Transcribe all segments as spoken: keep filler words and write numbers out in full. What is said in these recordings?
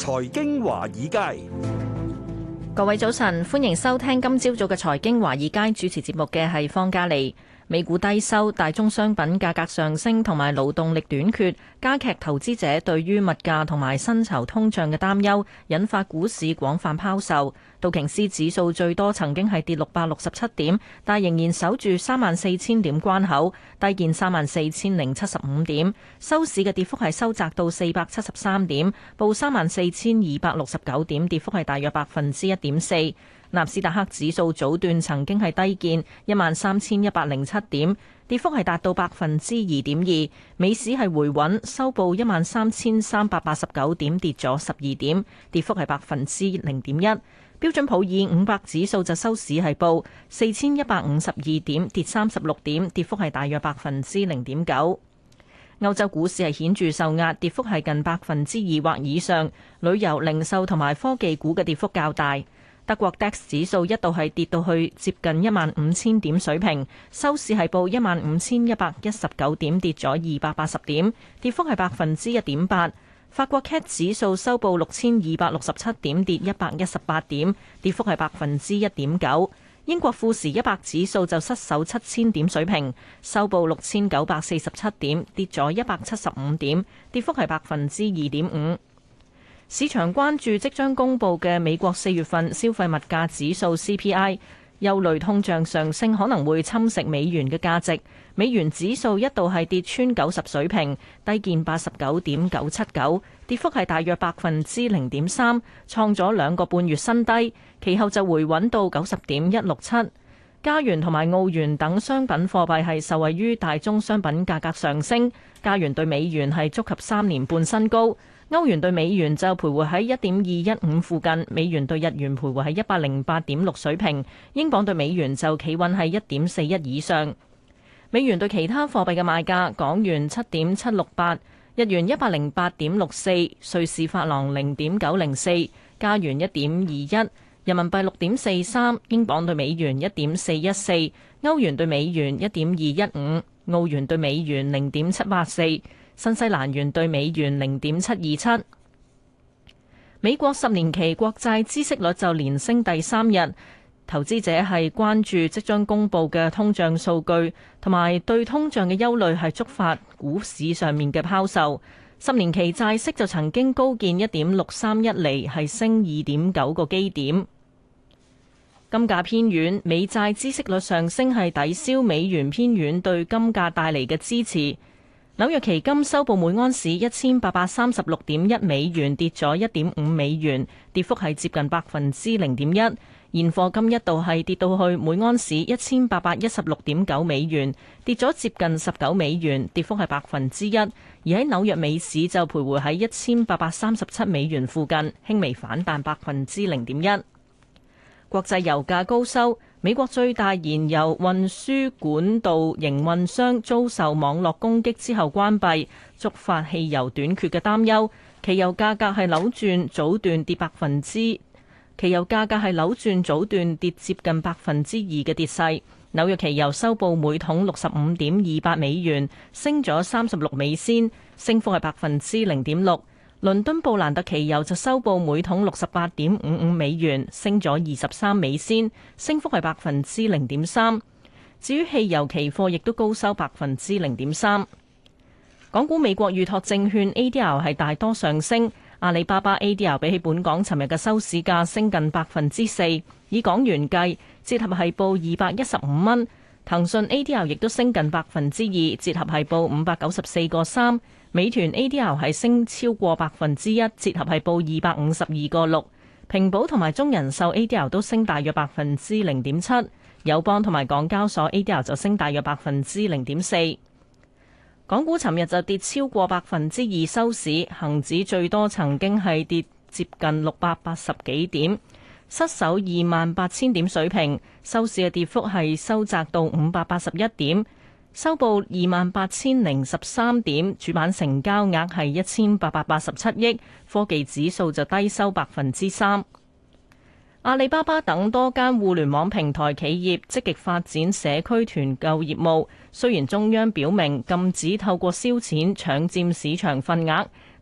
財經華爾街， 各位早晨，歡迎收聽今朝早嘅財經華爾街，主持節目嘅係方嘉利。美股低收，大宗商品價格上升同埋勞動力短缺，加劇投資者對於物價同埋薪酬通脹嘅擔憂，引發股市廣泛拋售。道瓊斯指數最多曾經係跌六百六十七點，但仍然守住三萬四千點關口，低見三萬四千零七十五點。收市嘅跌幅係收窄到四百七十三點，報三萬四千二百六十九點，跌幅係大約百分之一點四。納斯達克指數早段曾經係低見一萬三千一百零七點，跌幅係達到百分之二點二。美市係回穩，收報一萬三千三百八十九點，跌咗十二點，跌幅係百分之零點一。標準普爾五百指數就收市係報四千一百五十二點，跌三十六點，跌幅係大約百分之零點九。歐洲股市係顯著受壓，跌幅係近百分之二或以上。旅遊、零售同埋科技股嘅跌幅較大。德國 D A X 指數一度係跌到去接近一萬五千點水平，收市係報一萬五千一百一十九點，跌咗二百八十點，跌幅係百分之一點八。法國 C A C 指數收報六千二百六十七點，跌一百一十八點，跌幅係百分之一點九。英國富時一百指數就失守七千點水平，收報六千九百四十七點，跌咗一百七十五點，跌幅係百分之二點五。市場關注即將公佈嘅美國四月份消費物價指數 C P I， 憂慮通脹上升可能會侵蝕美元嘅價值。美元指數一度係跌穿九十水平，低見八十九點九七九，跌幅係大約百分之零點三，創咗兩個半月新低。其後就回穩到九十點一六七。加元同埋澳元等商品貨幣係受惠於大宗商品價格上升，加元對美元係觸及三年半新高。歐元對美元就徘徊喺一點二一五附近，美元對日元徘徊喺一百零八點六水平，英鎊對美元就企穩喺一點四一以上。美元對其他貨幣嘅賣價：港元七點七六八，日元一百零八點六四，瑞士法郎零點九零四，加元一點二一，人民幣六點四三，英鎊對美元一點四一四，歐元對美元一點二一五，澳元對美元零點七八四。新西蘭元對美元零點七二七。美國十年期國債孳息率就連升第三日，投資者係關注即將公佈嘅通脹數據，同埋對通脹嘅憂慮係觸發股市上面嘅拋售。十年期債息就曾經高見一點六三一厘，係升二點九個基點。金價偏軟，美債孳息率上升係抵消美元偏軟對金價帶嚟嘅支持。紐約期金收報每安士一千八百三十六點一美元，跌咗一點五美元，跌幅係接近百分之零點一。現貨金一度係跌到去每安士一千八百一十六點九美元，跌咗接近十九美元，跌幅係百分之一。而喺紐約美市就徘徊喺一千八百三十七美元附近，輕微反彈百分之零點一。國際油價高收。美國最大燃油運輸管道營運商遭受網絡攻擊之後關閉，觸發汽油短缺嘅擔憂。期油價格係扭轉早段跌百分之，期油價格係扭轉早段跌接近百分之二嘅跌勢。紐約期油收報每桶六十五點二八美元，升咗三十六美仙，升幅係百分之零點六。倫敦布蘭特期油就收報每桶六十八點五五美元，升咗二十三美仙，升幅係百分之零點三。至於汽油期貨亦都高收百分之零點三。港股美國預託證券 A D R 係大多上升，阿里巴巴 A D R 比起本港尋日嘅收市價升近百分之四，以港元計，折合係報二百一十五蚊。騰訊 A D R 亦都升近百分之二，折合係報五百九十四個三。美團 A D R 係升超過百分之一，折合係報二百五十二個六。平保同埋中人壽 A D R 都升大約百分之零點七，友邦同埋港交所 A D R 就升大約百分之零點四。港股尋日就跌超過百分之二收市，恒指最多曾經係跌接近六百八十幾點，失守二萬八千點水平，收市嘅跌幅係收窄到五百八十一點。收報二萬八千零十三點，主板成交額係一千八百八十七億，科技指數就低收百分之三。阿里巴巴等多間互聯網平台企業積極發展社區團購業務，雖然中央表明禁止透過燒錢搶佔市場份額，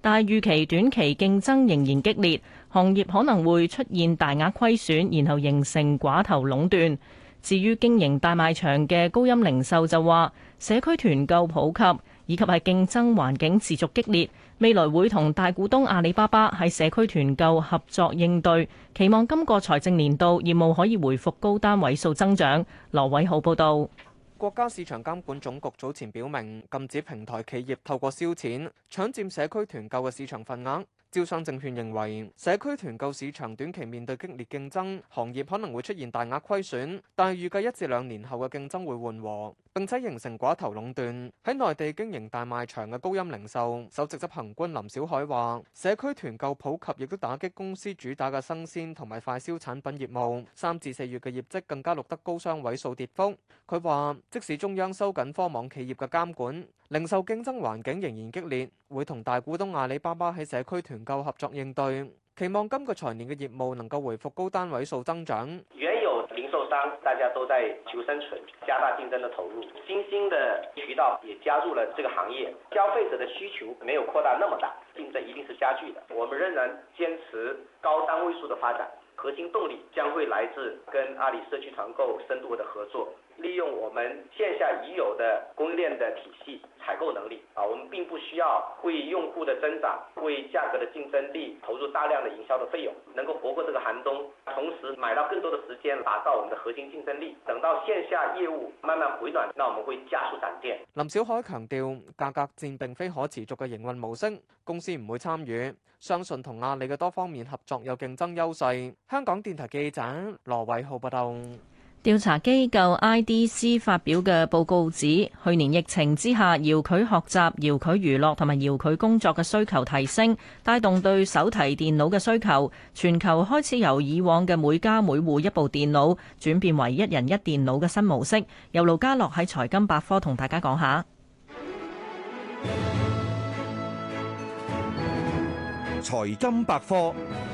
但係預期短期競爭仍然激烈，行業可能會出現大額虧損，然後形成寡頭壟斷。至於經營大賣場嘅高鑫零售就話，社區團購普及以及係競爭環境持續激烈，未來會同大股東阿里巴巴喺社區團購合作應對，期望今個財政年度業務可以回復高單位數增長。羅偉浩報導。 國家市場監管總局早前表明，禁止平台企業透過燒錢搶佔社區團購嘅市場份額。招商證券認為，社區團購市場短期面對激烈競爭，行業可能會出現大額虧損，但係預計一至兩年後嘅競爭會緩和，並且形成寡頭壟斷。喺內地經營大賣場嘅高鑫零售首席執行官林小海話，社區團購普及亦都打擊公司主打嘅生鮮同埋快消產品業務，三至四月嘅業績更加錄得高雙位數跌幅。佢話，即使中央收緊科網企業嘅監管，零售競爭環境仍然激烈，會同大股東阿里巴巴喺社區團購合作應對，期望今個財年嘅業務能夠回復高單位數增長。 原有零售商大家都在求生存，加大競爭的投入，新興的渠道也加入了這個行業，消費者的需求沒有擴大那麼大，競爭一定是加劇的。我們仍然堅持高單位數的發展，核心動力將會來自跟阿里社區團購深度的合作。利用我們線下已有的供應鏈的體系採購能力啊，我們並不需要為用戶的增長、為價格的競爭力投入大量的營銷的費用，能夠活過這個寒冬，同時買到更多的時間，打造我們的核心競爭力。等到線下業務慢慢回暖，那我們會加速展店。 林小海強調，價格戰並非可持續嘅營運模式，公司唔會參與，相信同阿里嘅多方面合作有競爭優勢。香港電台記者羅偉浩報道。 調查機構 I D C 發表嘅報告指，去年疫情之下，遙距學習、遙距娛樂同埋遙距工作嘅需求提升，帶動對手提電腦嘅需求。全球開始由以往嘅每家每戶一部電腦，轉變為一人一電腦嘅新模式。由盧家樂喺財金百科同大家講下。 財金百科。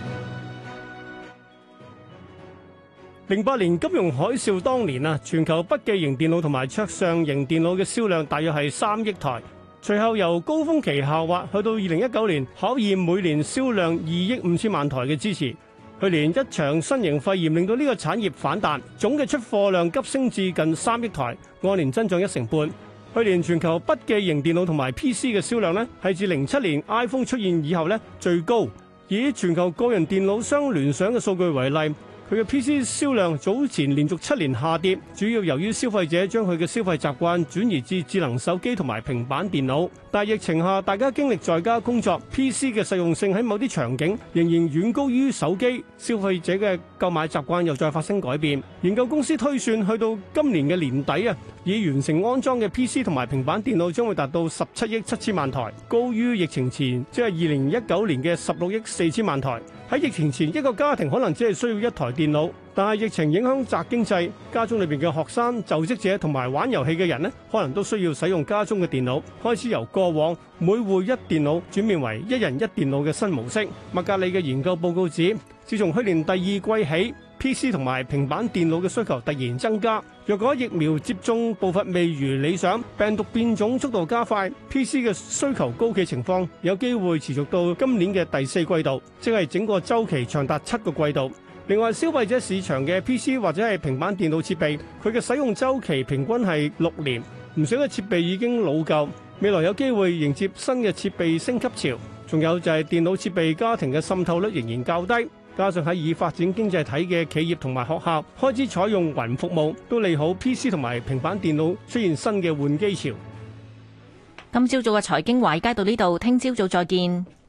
零八年金融海嘯當年啊，全球筆記型電腦同埋桌上型電腦嘅銷量大約係三億台，隨後由高峰期下滑，去到二零一九年考驗每年銷量二億五千萬台嘅支持。去年一場新型肺炎令到呢個產業反彈，總嘅出貨量急升至近三億台，按年增長一成半。去年全球筆記型電腦同埋 P C 嘅銷量呢，係自零七年 iPhone 出現以後呢最高。以全球個人電腦商聯想嘅數據為例，佢嘅 P C 銷量早前連續七年下跌，主要由於消費者將佢嘅消費習慣轉移至智能手機同埋平板電腦。但疫情下，大家經歷在家工作 ，P C 嘅實用性喺某啲場景仍然遠高於手機，消費者嘅購買習慣又再發生改變。研究公司推算，去到今年嘅年底啊，已完成安裝嘅 P C 同埋平板電腦將會達到十七億七千萬台，高於疫情前，即係二零一九年嘅十六億四千萬台。喺疫情前，一個家庭可能只係需要一台電腦，但係疫情影響宅經濟，家中裏邊嘅學生、就職者同埋玩遊戲嘅人呢，可能都需要使用家中嘅電腦，開始由過往每戶一電腦轉變為一人一電腦嘅新模式。麥格理嘅研究報告指，自從去年第二季起， P C 同埋平板電腦嘅需求突然增加。若果疫苗接種步伐未如理想，病毒變種速度加快， P C 嘅需求高企情況有機會持續到今年嘅第四季度，即係整個週期長達七個季度。另外，消費者市場嘅 P C 或者係平板電腦設備，佢嘅使用週期平均係六年，唔少嘅設備已經老舊，未來有機會迎接新嘅設備升級潮。仲有就係電腦設備家庭嘅滲透率仍然較低，加上喺已發展經濟體嘅企業同埋學校開始採用雲服務，都利好 P C 同埋平板電腦出現新嘅換機潮。 今朝早嘅財經華爾街到呢度，聽朝早再見。